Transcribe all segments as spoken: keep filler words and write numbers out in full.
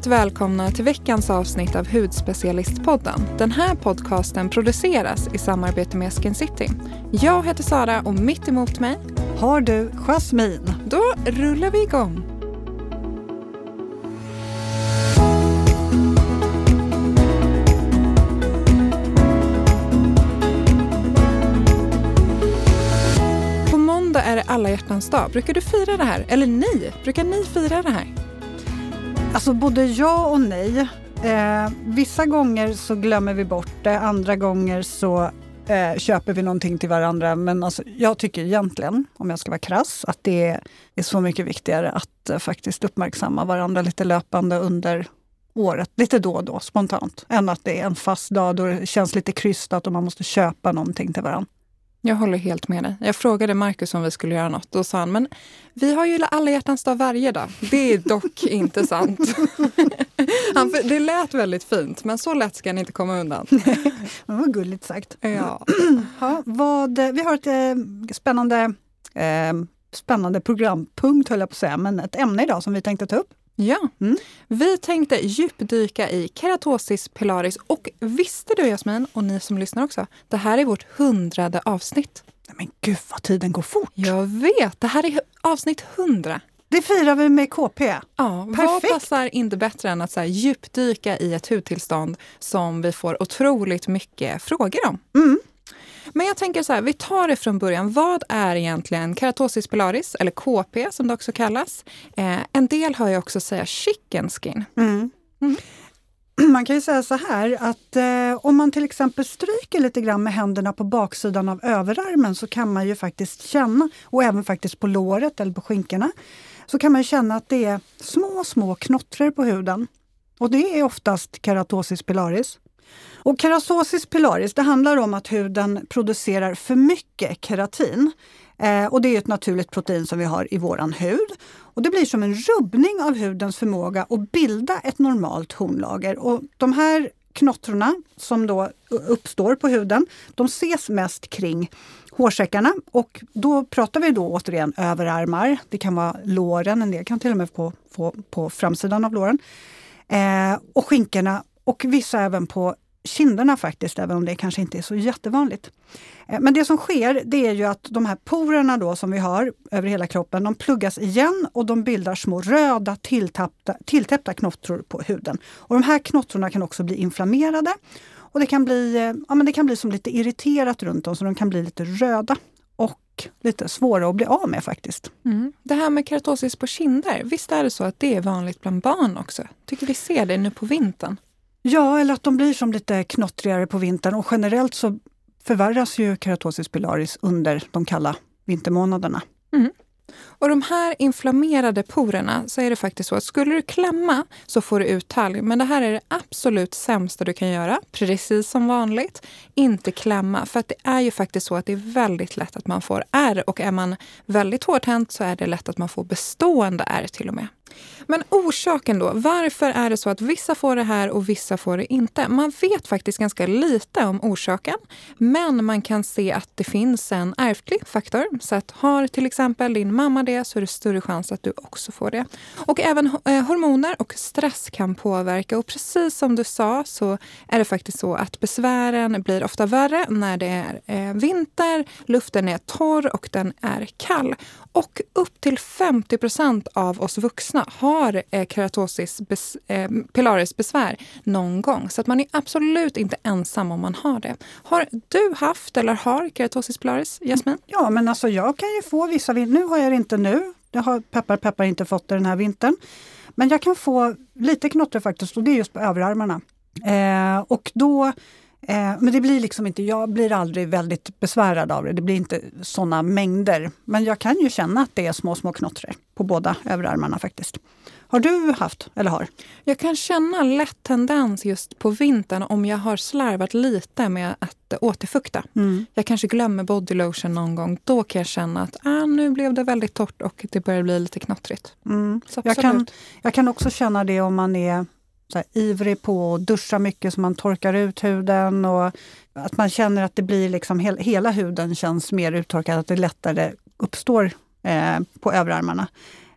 Varmt välkomna till veckans avsnitt av Hudspecialistpodden. Den här podcasten produceras i samarbete med Skin City. Jag heter Sara och mitt emot mig har du Jasmin. Då rullar vi igång. På måndag är det alla hjärtans dag. Brukar du fira det här? Eller ni? Brukar ni fira det här? Alltså både ja och nej. Eh, vissa gånger så glömmer vi bort det. Andra gånger så eh, köper vi någonting till varandra. Men alltså, jag tycker egentligen, om jag ska vara krass, att det är så mycket viktigare att eh, faktiskt uppmärksamma varandra lite löpande under året. Lite då och då, spontant. Än att det är en fast dag då det känns lite krystat och man måste köpa någonting till varandra. Jag håller helt med dig. Jag frågade Marcus om vi skulle göra något och sa han, men vi har ju alla hjärtans dag varje dag. Det är dock inte sant. Han, det lät väldigt fint, men så lätt ska han inte komma undan. Det var gulligt sagt. Ja. Ja, vad, vi har ett eh, spännande, eh, spännande programpunkt, höll jag på att säga, men ett ämne idag som vi tänkte ta upp. Ja, mm. vi tänkte djupdyka i keratosis pilaris och visste du Jasmin, och ni som lyssnar också, det här är vårt hundrade avsnitt. Men gud vad tiden går fort. Jag vet, det här är avsnitt hundra. Det firar vi med K P. Ja, perfekt. Vad passar inte bättre än att så här, djupdyka i ett hudtillstånd som vi får otroligt mycket frågor om. Mm. Men jag tänker så här, vi tar det från början. Vad är egentligen keratosis pilaris, eller K P som det också kallas? Eh, en del hör jag också säga chicken skin. Mm. Mm. Man kan ju säga så här att eh, om man till exempel stryker lite grann med händerna på baksidan av överarmen så kan man ju faktiskt känna, och även faktiskt på låret eller på skinkorna, så kan man ju känna att det är små, små knottror på huden. Och det är oftast keratosis pilaris. Och keratosis pilaris, det handlar om att huden producerar för mycket keratin. Eh, och det är ett naturligt protein som vi har i våran hud. Och det blir som en rubbning av hudens förmåga att bilda ett normalt hornlager. Och de här knottrorna som då uppstår på huden, de ses mest kring hårsäckarna. Och då pratar vi då återigen överarmar. Det kan vara låren, en del kan till och med få, få på framsidan av låren. Eh, och skinkorna, och vissa även på kinderna faktiskt, även om det kanske inte är så jättevanligt. Men det som sker, det är ju att de här porerna då som vi har över hela kroppen, de pluggas igen och de bildar små röda tilltäppta, tilltäppta knottror på huden. Och de här knottrorna kan också bli inflammerade och det kan bli, ja, men det kan bli som lite irriterat runt dem, så de kan bli lite röda och lite svåra att bli av med faktiskt. Mm. Det här med keratosis på kinder, visst är det så att det är vanligt bland barn också? Tycker vi ser det nu på vintern? Ja, eller att de blir som lite knottrigare på vintern, och generellt så förvärras ju keratosis pilaris under de kalla vintermånaderna. Mm. Och de här inflammerade porerna, så är det faktiskt så att skulle du klämma så får du ut talg. Men det här är det absolut sämsta du kan göra, precis som vanligt. Inte klämma, för att det är ju faktiskt så att det är väldigt lätt att man får ärr. Och är man väldigt hårt hänt så är det lätt att man får bestående ärr till och med. Men orsaken då, varför är det så att vissa får det här och vissa får det inte? Man vet faktiskt ganska lite om orsaken, men man kan se att det finns en ärftlig faktor. Så att har till exempel din mamma det, så är det större chans att du också får det. Och även eh, hormoner och stress kan påverka, och precis som du sa så är det faktiskt så att besvären blir ofta värre när det är eh, vinter, luften är torr och den är kall. Och upp till femtio procent av oss vuxna har eh, keratosis bes, eh, pilaris besvär någon gång. Så att man är absolut inte ensam om man har det. Har du haft eller har keratosis pilaris, Jasmin? Ja, men alltså jag kan ju få vissa vinter. Nu har jag det inte nu. Jag har peppar peppar inte fått det den här vintern. Men jag kan få lite knottor faktiskt, och det är just på överarmarna. Eh, och då... Eh, men det blir liksom inte, jag blir aldrig väldigt besvärad av det. Det blir inte sådana mängder. Men jag kan ju känna att det är små, små knottror på båda överarmarna faktiskt. Har du haft eller har? Jag kan känna lätt tendens just på vintern om jag har slarvat lite med att återfukta. Mm. Jag kanske glömmer body lotion någon gång. Då kan jag känna att ah, nu blev det väldigt torrt och det börjar bli lite knottrigt. Mm. Jag, kan, jag kan också känna det om man är så här ivrig på att duscha mycket så man torkar ut huden, och att man känner att det blir liksom he- hela huden känns mer uttorkad, att det lättare uppstår eh, på överarmarna.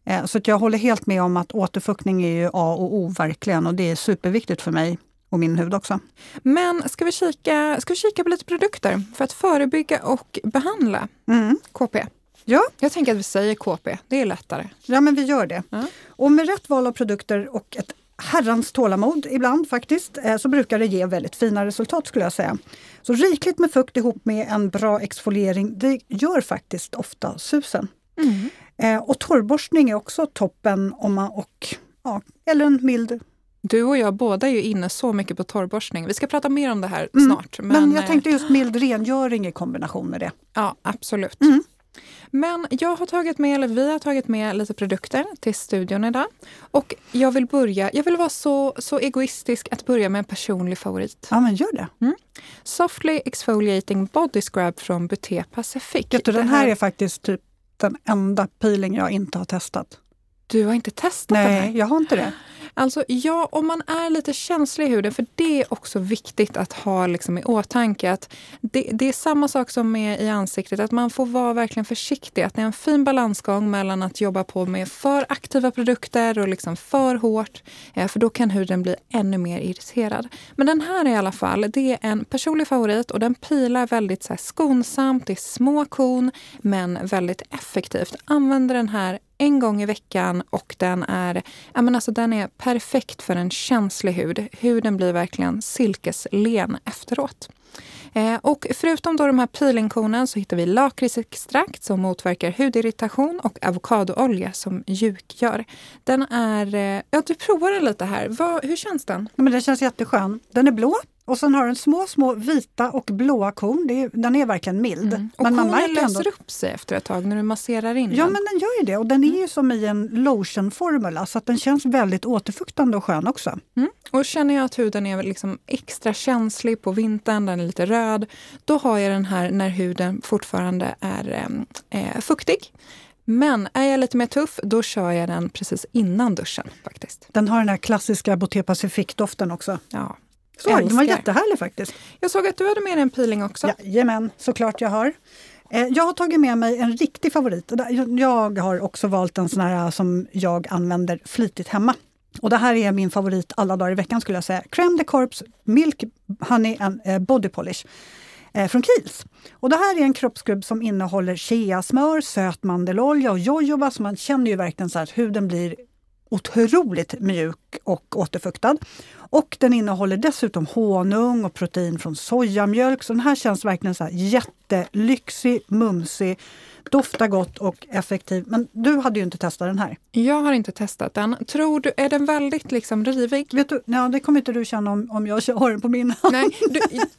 Eh, så att jag håller helt med om att återfuktning är ju A och O verkligen, och det är superviktigt för mig och min hud också. Men ska vi kika, ska vi kika på lite produkter för att förebygga och behandla Mm. K P? Ja. Jag tänker att vi säger K P, det är lättare. Ja, men vi gör det. Ja. Och med rätt val av produkter och ett herrans tålamod ibland faktiskt, eh, så brukar det ge väldigt fina resultat skulle jag säga. Så rikligt med fukt ihop med en bra exfoliering, det gör faktiskt ofta susen. Mm. Eh, och torrborstning är också toppen om man, och, ja, eller en mild. Du och jag båda är ju inne så mycket på torrborstning. Vi ska prata mer om det här Mm. snart. Men, Men jag tänkte just mild rengöring i kombination med det. Ja, absolut. Mm. Men jag har tagit med, eller vi har tagit med lite produkter till studion idag. Och jag vill börja, jag vill vara så, så egoistisk att börja med en personlig favorit. Ja, men gör det. Mm. Softly Exfoliating Body Scrub från Beauté Pacific. Vet du, den Det här är faktiskt typ den enda peeling jag inte har testat. Du har inte testat den här? Nej, jag har inte det. Alltså ja, om man är lite känslig i huden, för det är också viktigt att ha liksom i åtanke att det, det är samma sak som med i ansiktet, att man får vara verkligen försiktig. Att det är en fin balansgång mellan att jobba på med för aktiva produkter och liksom för hårt, eh, för då kan huden bli ännu mer irriterad. Men den här i alla fall, det är en personlig favorit och den pilar väldigt så här skonsamt, det är små kon men väldigt effektivt. Använder den här en gång i veckan och den är, ja men alltså den är perfekt för en känslig hud. Huden blir verkligen silkeslen efteråt. Eh, och förutom då de här peelingkonen så hittar vi lakritsextrakt som motverkar hudirritation och avokadoolja som mjukgör. Den är, eh, ja du provar den lite här. Vad, hur känns den? Ja, men den känns jätteskön. Den är blå. Och sen har den små, små vita och blåa kon. Det är, den är verkligen mild. Mm. Och men man konen märker ändå löser upp sig efter ett tag när du masserar in Ja, den. men den gör ju det. Och den är ju som i en lotionformula. Så att den känns väldigt återfuktande och skön också. Mm. Och känner jag att huden är liksom extra känslig på vintern, den är lite röd. Då har jag den här när huden fortfarande är eh, fuktig. Men är jag lite mer tuff, då kör jag den precis innan duschen faktiskt. Den har den här klassiska Beauté Pacific-doften också. Ja. Så, den var jättehärlig faktiskt. Jag såg att du hade med dig en peeling också. Jajamän, såklart jag har. Eh, jag har tagit med mig en riktig favorit. Jag har också valt en sån här som jag använder flitigt hemma. Och det här är min favorit alla dagar i veckan skulle jag säga. Crème de Corps Milk Honey and eh, Body Polish eh, från Kiehl's. Och det här är en kroppsskrubb som innehåller cheasmör, söt mandelolja och jojoba. Så man känner ju verkligen så här att huden blir otroligt mjuk och återfuktad. Och den innehåller dessutom honung och protein från sojamjölk. Så den här känns verkligen så här jättelyxig, mumsig, doftar gott och effektiv. Men du hade ju inte testat den här. Jag har inte testat den. Tror du, är den väldigt liksom rivig? Vet du, nej, det kommer inte du känna om, om jag har den på min hand. Nej, du,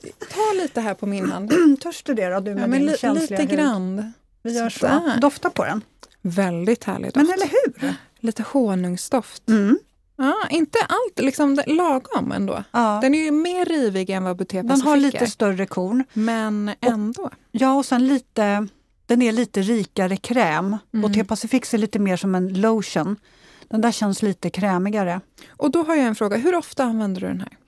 ta lite här på min hand. Törs du det då, du med Ja, men din li, känsliga lite hud? grann. Vi gör så. Sådär. Dofta på den. Väldigt härlig doft. Men eller hur? Lite honungsdoft. Mm. Ja, inte allt, liksom lagom ändå. Ja. Den är ju mer rivig än vad Beauté Pacific Den har lite är. större korn. Men ändå. Ja, och sen lite, den är lite rikare kräm. Mm. Beauté Pacific är lite mer som en lotion. Den där känns lite krämigare. Och då har jag en fråga. Hur ofta använder du den här?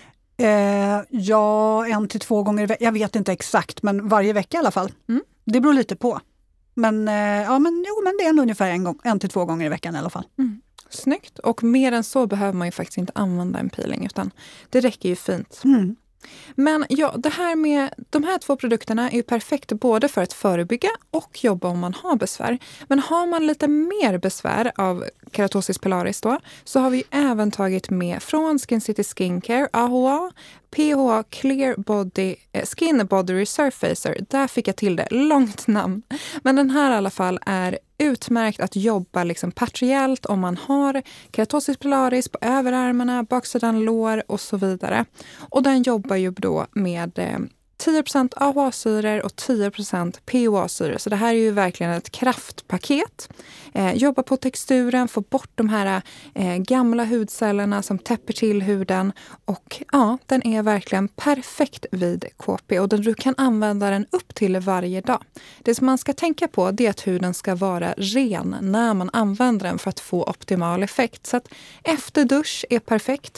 Eh, ja, en till två gånger i veckan. Jag vet inte exakt, men varje vecka i alla fall. Mm. Det beror lite på. Men, eh, ja, men, jo, men det är en ungefär en, gång, en till två gånger i veckan i alla fall. Mm. Snyggt. Och mer än så behöver man ju faktiskt inte använda en peeling, utan det räcker ju fint. Mm. Men ja, det här med de här två produkterna är ju perfekt både för att förebygga och jobba om man har besvär. Men har man lite mer besvär av keratosis pilaris då, så har vi även tagit med från Skin City Skincare, A H A, P H A Clear Body, eh, Skin Body Resurfacer. Där fick jag till det, långt namn. Men den här i alla fall är utmärkt att jobba liksom partiellt om man har keratosis pilaris på överarmarna, baksidan lår och så vidare. Och den jobbar ju då med eh, tio procent A H A-syror och tio procent P H A-syror. Så det här är ju verkligen ett kraftpaket. Eh, jobba på texturen, få bort de här eh, gamla hudcellerna som täpper till huden. Och ja, den är verkligen perfekt vid K P och du kan använda den upp till varje dag. Det som man ska tänka på det är att huden ska vara ren när man använder den för att få optimal effekt. Så att efter dusch är perfekt.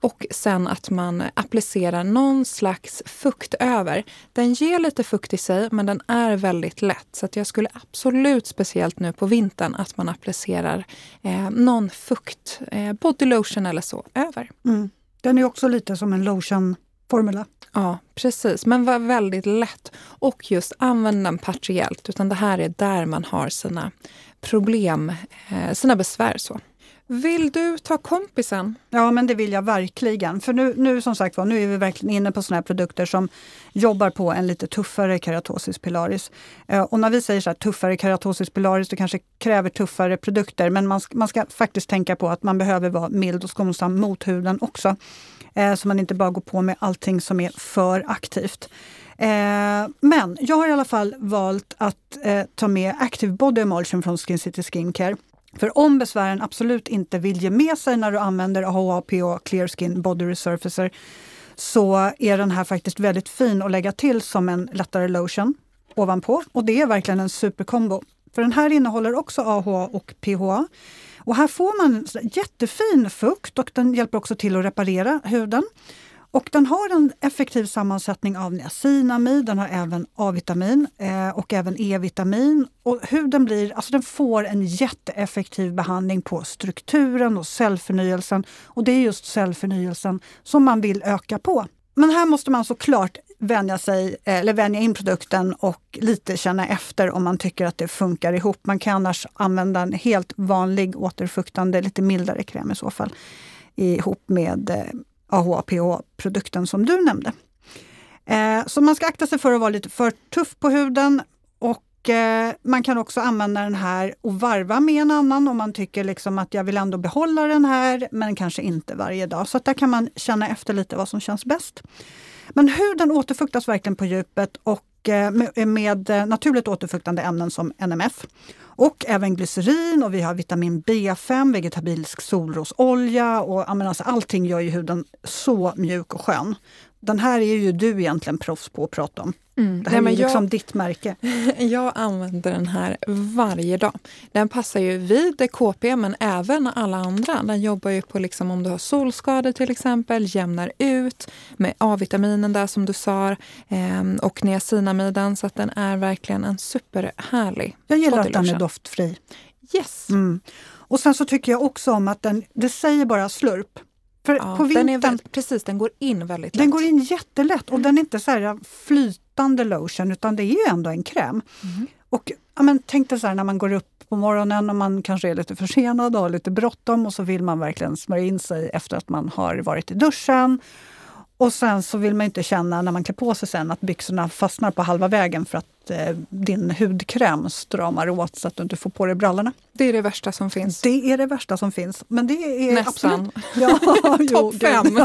Och sen att man applicerar någon slags fukt över. Den ger lite fukt i sig, men den är väldigt lätt. Så att jag skulle absolut, speciellt nu på vintern, att man applicerar eh, någon fukt, eh, body lotion eller så, över. Mm. Den är också lite som en lotion-formula. Ja, precis. Men var väldigt lätt. Och just använd den partiellt. Utan det här är där man har sina problem, eh, sina besvär så. Vill du ta kompisen? Ja, men det vill jag verkligen. För nu, nu som sagt var, nu är vi verkligen inne på såna här produkter som jobbar på en lite tuffare keratosis pilaris. Eh, och när vi säger så här tuffare keratosis pilaris, det kanske kräver tuffare produkter. Men man ska, man ska faktiskt tänka på att man behöver vara mild och skonsam mot huden också. Eh, så man inte bara går på med allting som är för aktivt. Eh, men jag har i alla fall valt att eh, ta med Active Body Emulsion från Skin City Skincare. För om besvären absolut inte vill ge med sig när du använder A H A P H Clear Skin Body Resurfacer, så är den här faktiskt väldigt fin att lägga till som en lättare lotion ovanpå. Och det är verkligen en superkombo. För den här innehåller också A H A och P H A. Och här får man jättefin fukt och den hjälper också till att reparera huden. Och den har en effektiv sammansättning av niacinamid, den har även A-vitamin eh, och även E-vitamin. Och huden blir, alltså den får en jätteeffektiv behandling på strukturen och cellförnyelsen. Och det är just cellförnyelsen som man vill öka på. Men här måste man såklart vänja sig, eller vänja in produkten och lite känna efter om man tycker att det funkar ihop. Man kan annars använda en helt vanlig återfuktande, lite mildare kräm i så fall, ihop med eh, A H A P H-produkten som du nämnde. Eh, så man ska akta sig för att vara lite för tuff på huden och eh, man kan också använda den här och varva med en annan om man tycker liksom att jag vill ändå behålla den här men kanske inte varje dag. Så att där kan man känna efter lite vad som känns bäst. Men huden återfuktas verkligen på djupet och eh, med, med naturligt återfuktande ämnen som N M F. Och även glycerin och vi har vitamin B fem, vegetabilisk solrosolja och alltså, allting gör ju huden så mjuk och skön. Den här är ju du egentligen proffs på att prata om. Mm. Det här Nej, är ju liksom jag, ditt märke. Jag använder den här varje dag. Den passar ju vid K P men även alla andra. Den jobbar ju på liksom om du har solskador till exempel, jämnar ut med A-vitaminen där som du sa eh, och niacinamiden så att den är verkligen en superhärlig. Jag gillar att den är doftfri. Yes. Mm. Och sen så tycker jag också om att den, det säger bara slurp. För ja, på vintern, den är väl, precis, den går in väldigt lätt. Den går in jättelätt och den är inte så här flytande lotion utan det är ju ändå en kräm. Mm. Och ja, men, tänk dig så här när man går upp på morgonen och man kanske är lite försenad och har lite bråttom och så vill man verkligen smörja in sig efter att man har varit i duschen. Och sen så vill man inte känna när man klär på sig sen att byxorna fastnar på halva vägen för att eh, din hudkräm stramar åt så att du inte får på dig brallorna. Det är det värsta som finns. Det är det värsta som finns. Men det är nästan. Absolut... Ja, topp fem.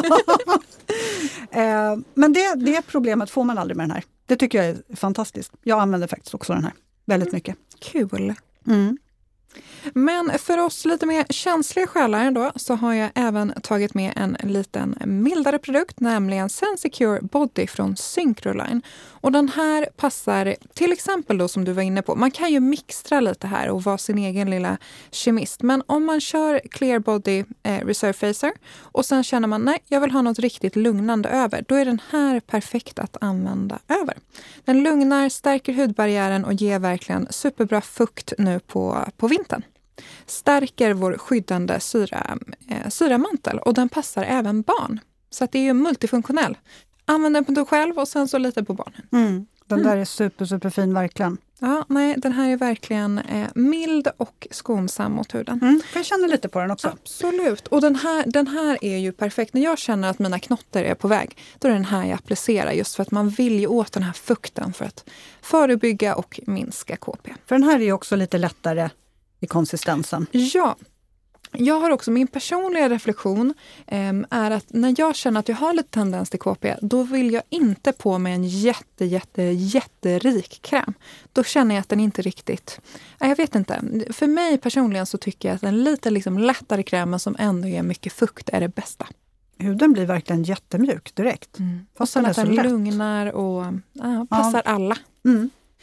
eh, men det, det problemet får man aldrig med den här. Det tycker jag är fantastiskt. Jag använder faktiskt också den här väldigt mycket. Kul. Mm. Men för oss lite mer känsliga själar då så har jag även tagit med en liten mildare produkt, nämligen Sensicure Body från Syncroline. Och den här passar till exempel då som du var inne på. Man kan ju mixtra lite här och vara sin egen lilla kemist. Men om man kör Clear Body eh, Resurfacer och sen känner man nej, jag vill ha något riktigt lugnande över. Då är den här perfekt att använda över. Den lugnar, stärker hudbarriären och ger verkligen superbra fukt nu på, på vintern. Stärker vår skyddande syra, eh, syramantel och den passar även barn. Så att det är ju multifunktionell. Använd den på dig själv och sen så lite på barnen. Mm. Den mm. där är super, super fin verkligen. Ja, nej, den här är verkligen eh, mild och skonsam mot huden. Mm. Jag känner lite på den också. Absolut. Och den här, den här är ju perfekt. När jag känner att mina knotter är på väg, då är den här jag applicerar just för att man vill ju åt den här fukten för att förebygga och minska K P. För den här är ju också lite lättare i konsistensen. Ja. Jag har också min personliga reflektion eh, är att när jag känner att jag har lite tendens till K P, då vill jag inte på med en jätte, jätte, jätterik kräm. Då känner jag att den inte riktigt... Jag vet inte. För mig personligen så tycker jag att en lite liksom lättare kräm som ändå ger mycket fukt är det bästa. Huden blir verkligen jättemjuk direkt. Mm. Och sen att den lugnar och ja, passar ja. alla. Mm.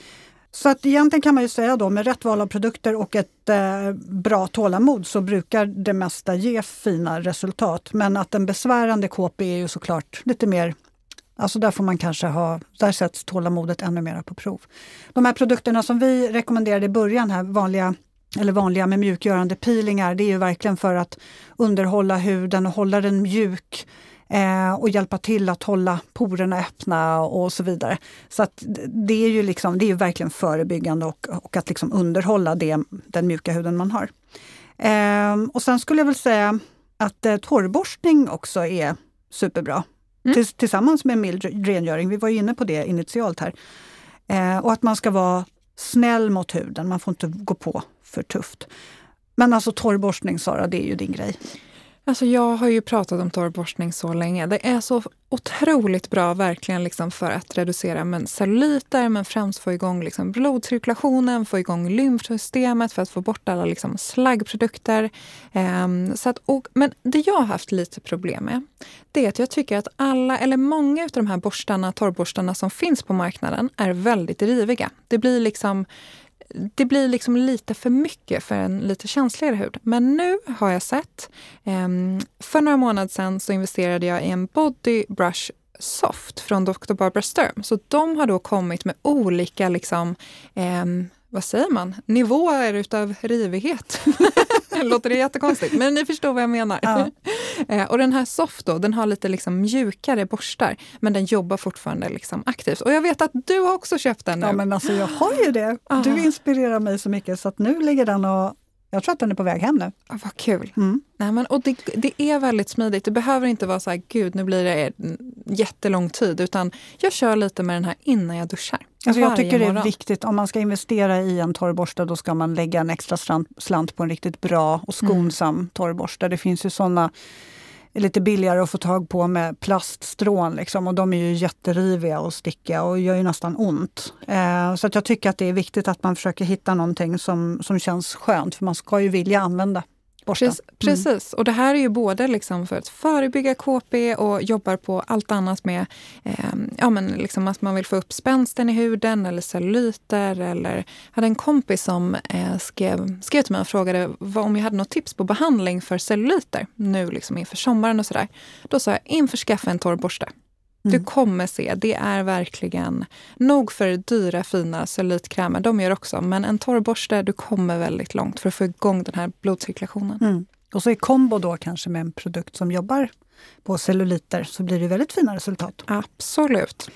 Så att egentligen kan man ju säga då med rätt val av produkter och ett eh, bra tålamod så brukar det mesta ge fina resultat. Men att en besvärande K P är ju såklart lite mer, alltså där får man kanske ha, där sätts tålamodet ännu mer på prov. De här produkterna som vi rekommenderade i början här, vanliga eller vanliga med mjukgörande peelingar, det är ju verkligen för att underhålla huden och hålla den mjuk. Eh, och hjälpa till att hålla porerna öppna och så vidare. Så att det är ju liksom, det är ju verkligen förebyggande och, och att liksom underhålla det, den mjuka huden man har. Eh, och sen skulle jag väl säga att eh, torrborstning också är superbra. Mm. Tills, tillsammans med mild rengöring, vi var ju inne på det initialt här. Eh, och att man ska vara snäll mot huden, man får inte gå på för tufft. Men alltså torrborstning, Sara, det är ju din grej. Alltså jag har ju pratat om torrborstning så länge. Det är så otroligt bra verkligen liksom för att reducera men celluliter, men främst få igång liksom blodcirkulationen, få igång lymfsystemet för att få bort alla liksom slaggprodukter. Um, så att, och, men det jag har haft lite problem med, det är att jag tycker att alla, eller många av de här borstarna, torrborstarna som finns på marknaden är väldigt riviga. Det blir liksom Det blir liksom lite för mycket för en lite känsligare hud. Men nu har jag sett, eh, för några månader sedan så investerade jag i en Body Brush Soft från doktor Barbara Sturm. Så de har då kommit med olika, liksom, eh, vad säger man, nivåer utav rivighet. Låter det jättekonstigt, men ni förstår vad jag menar. Ja. eh, och den här Soft då, den har lite liksom mjukare borstar, men den jobbar fortfarande liksom aktivt. Och jag vet att du har också köpt den nu. Ja, men alltså jag har ju det. Ah. Du inspirerar mig så mycket så att nu ligger den och jag tror att den är på väg hem nu. Ah, vad kul. Mm. Nej, men, och det, det är väldigt smidigt. Det behöver inte vara så här, gud nu blir det jättelång tid, utan jag kör lite med den här innan jag duschar. Alltså jag tycker morgon. Det är viktigt, om man ska investera i en torrborste, då ska man lägga en extra slant på en riktigt bra och skonsam mm. torrborste. Det finns ju sådana lite billigare att få tag på med plaststrån liksom, och de är ju jätteriviga och stickiga och gör ju nästan ont. Eh, så att jag tycker att det är viktigt att man försöker hitta någonting som, som känns skönt, för man ska ju vilja använda borsten. Precis, precis. Mm. Och det här är ju både liksom för att förebygga K P och jobbar på allt annat med eh, ja, men liksom att man vill få upp spänsten i huden eller celluliter. Eller jag hade en kompis som eh, skrev, skrev till mig och frågade vad, om jag hade något tips på behandling för celluliter nu liksom inför sommaren och sådär. Då sa jag, införskaffa en torrborste. Du kommer se, det är verkligen nog för dyra fina cellulitkrämer. De gör också, men en torrborste, du kommer väldigt långt för att få igång den här blodcirkulationen. Mm. Och så i kombo då kanske med en produkt som jobbar på celluliter så blir det väldigt fina resultat. Absolut.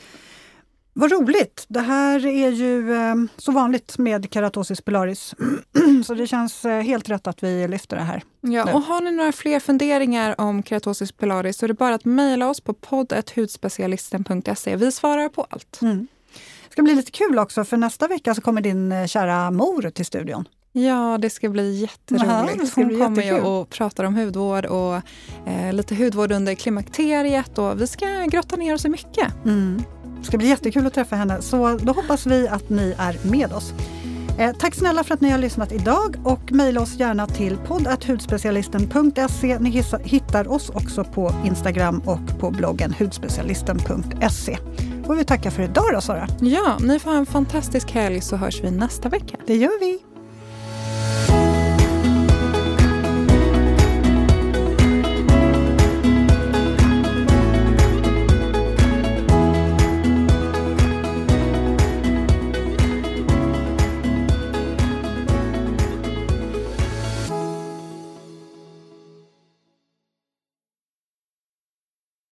Vad roligt! Det här är ju eh, så vanligt med keratosis pilaris. Så det känns eh, helt rätt att vi lyfter det här. Ja, nu. Och har ni några fler funderingar om keratosis pilaris så är det bara att mejla oss på podd at hudspecialisten punkt se. Vi svarar på allt. Mm. Det ska bli lite kul också, för nästa vecka så kommer din eh, kära mor till studion. Ja, det ska bli jätteroligt. Aha, det ska bli Hon kommer ju och pratar om hudvård och eh, lite hudvård under klimakteriet, och vi ska grotta ner oss i mycket. Mm. Det ska bli jättekul att träffa henne, så då hoppas vi att ni är med oss. Eh, tack snälla för att ni har lyssnat idag, och mejla oss gärna till podd at hudspecialisten punkt se. Ni hissa, hittar oss också på Instagram och på bloggen hudspecialisten punkt se. Och vi tackar för idag då, Sara. Ja, ni får ha en fantastisk helg, så hörs vi nästa vecka. Det gör vi.